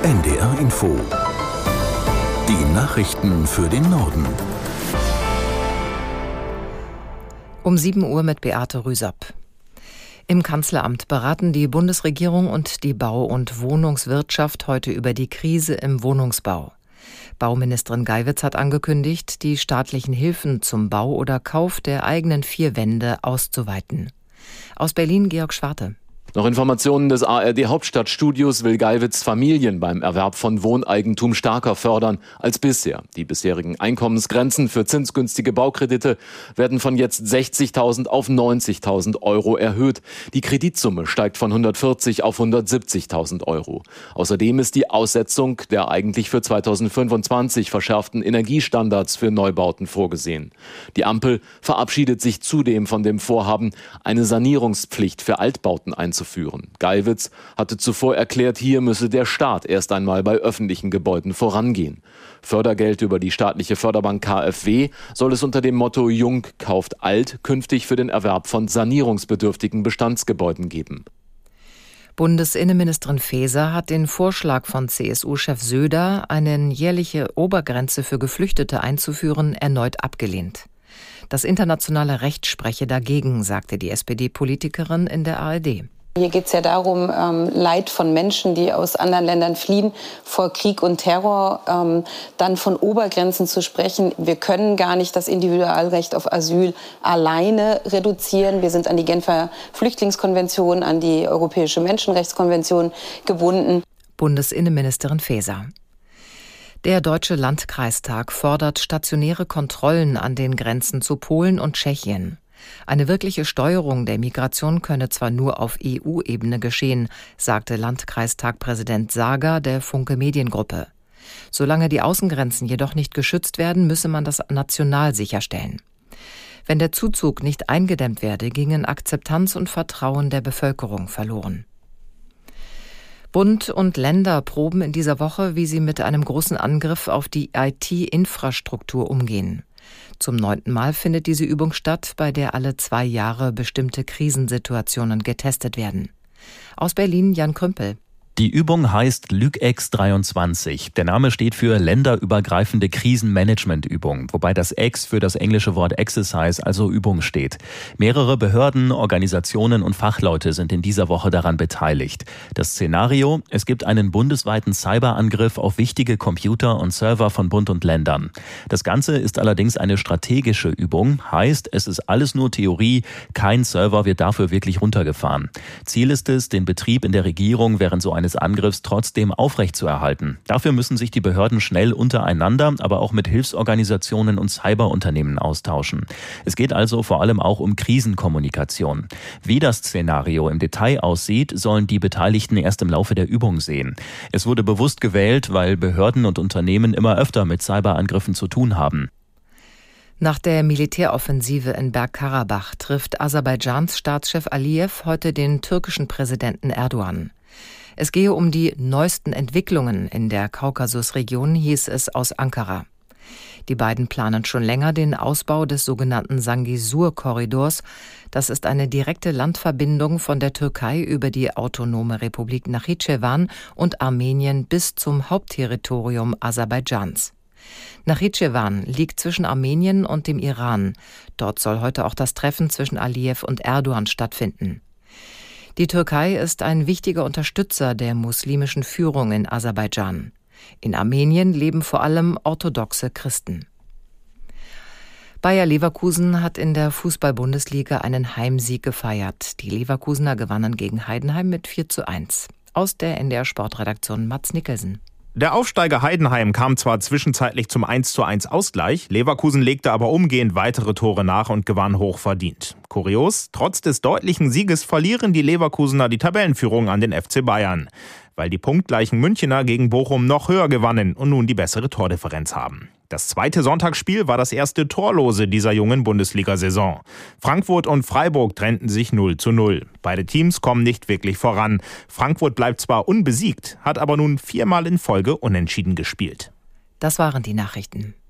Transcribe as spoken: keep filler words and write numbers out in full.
N D R Info. Die Nachrichten für den Norden. Um sieben Uhr mit Beate Rüsapp. Im Kanzleramt beraten die Bundesregierung und die Bau- und Wohnungswirtschaft heute über die Krise im Wohnungsbau. Bauministerin Geiwitz hat angekündigt, die staatlichen Hilfen zum Bau oder Kauf der eigenen vier Wände auszuweiten. Aus Berlin Georg Schwarte. Nach Informationen des A R D-Hauptstadtstudios will Geiwitz Familien beim Erwerb von Wohneigentum stärker fördern als bisher. Die bisherigen Einkommensgrenzen für zinsgünstige Baukredite werden von jetzt sechzigtausend auf neunzigtausend Euro erhöht. Die Kreditsumme steigt von hundertvierzig auf hundertsiebzigtausend Euro. Außerdem ist die Aussetzung der eigentlich für zweitausendfünfundzwanzig verschärften Energiestandards für Neubauten vorgesehen. Die Ampel verabschiedet sich zudem von dem Vorhaben, eine Sanierungspflicht für Altbauten einzuführen. Geiwitz hatte zuvor erklärt, hier müsse der Staat erst einmal bei öffentlichen Gebäuden vorangehen. Fördergeld über die staatliche Förderbank K f W soll es unter dem Motto Jung kauft alt künftig für den Erwerb von sanierungsbedürftigen Bestandsgebäuden geben. Bundesinnenministerin Faeser hat den Vorschlag von C S U-Chef Söder, eine jährliche Obergrenze für Geflüchtete einzuführen, erneut abgelehnt. Das internationale Recht spreche dagegen, sagte die S P D-Politikerin in der A R D. Hier geht es ja darum, ähm, Leid von Menschen, die aus anderen Ländern fliehen, vor Krieg und Terror, ähm, dann von Obergrenzen zu sprechen. Wir können gar nicht das Individualrecht auf Asyl alleine reduzieren. Wir sind an die Genfer Flüchtlingskonvention, an die Europäische Menschenrechtskonvention gebunden. Bundesinnenministerin Faeser. Der Deutsche Landkreistag fordert stationäre Kontrollen an den Grenzen zu Polen und Tschechien. Eine wirkliche Steuerung der Migration könne zwar nur auf E U-Ebene geschehen, sagte Landkreistagpräsident Sager der Funke Mediengruppe. Solange die Außengrenzen jedoch nicht geschützt werden, müsse man das national sicherstellen. Wenn der Zuzug nicht eingedämmt werde, gingen Akzeptanz und Vertrauen der Bevölkerung verloren. Bund und Länder proben in dieser Woche, wie sie mit einem großen Angriff auf die I T-Infrastruktur umgehen. Zum neunten Mal findet diese Übung statt, bei der alle zwei Jahre bestimmte Krisensituationen getestet werden. Aus Berlin Jan Krümpel. Die Übung heißt LÜGEX dreiundzwanzig. Der Name steht für länderübergreifende Krisenmanagementübung, wobei das X für das englische Wort Exercise, also Übung, steht. Mehrere Behörden, Organisationen und Fachleute sind in dieser Woche daran beteiligt. Das Szenario: Es gibt einen bundesweiten Cyberangriff auf wichtige Computer und Server von Bund und Ländern. Das Ganze ist allerdings eine strategische Übung, heißt, es ist alles nur Theorie, kein Server wird dafür wirklich runtergefahren. Ziel ist es, den Betrieb in der Regierung während so eines Angriffs trotzdem aufrechtzuerhalten. Dafür müssen sich die Behörden schnell untereinander, aber auch mit Hilfsorganisationen und Cyberunternehmen austauschen. Es geht also vor allem auch um Krisenkommunikation. Wie das Szenario im Detail aussieht, sollen die Beteiligten erst im Laufe der Übung sehen. Es wurde bewusst gewählt, weil Behörden und Unternehmen immer öfter mit Cyberangriffen zu tun haben. Nach der Militäroffensive in Bergkarabach trifft Aserbaidschans Staatschef Aliyev heute den türkischen Präsidenten Erdogan. Es gehe um die neuesten Entwicklungen in der Kaukasusregion, hieß es aus Ankara. Die beiden planen schon länger den Ausbau des sogenannten Sangisur-Korridors. Das ist eine direkte Landverbindung von der Türkei über die autonome Republik Nachitschewan und Armenien bis zum Hauptterritorium Aserbaidschans. Nachitschewan liegt zwischen Armenien und dem Iran. Dort soll heute auch das Treffen zwischen Aliyev und Erdogan stattfinden. Die Türkei ist ein wichtiger Unterstützer der muslimischen Führung in Aserbaidschan. In Armenien leben vor allem orthodoxe Christen. Bayer Leverkusen hat in der Fußball-Bundesliga einen Heimsieg gefeiert. Die Leverkusener gewannen gegen Heidenheim mit vier zu eins. Aus der N D R-Sportredaktion Mats Nicholson. Der Aufsteiger Heidenheim kam zwar zwischenzeitlich zum eins zu eins Ausgleich, Leverkusen legte aber umgehend weitere Tore nach und gewann hochverdient. Kurios, trotz des deutlichen Sieges verlieren die Leverkusener die Tabellenführung an den F C Bayern, weil die punktgleichen Münchener gegen Bochum noch höher gewannen und nun die bessere Tordifferenz haben. Das zweite Sonntagsspiel war das erste Torlose dieser jungen Bundesliga-Saison. Frankfurt und Freiburg trennten sich null zu null. Beide Teams kommen nicht wirklich voran. Frankfurt bleibt zwar unbesiegt, hat aber nun viermal in Folge unentschieden gespielt. Das waren die Nachrichten.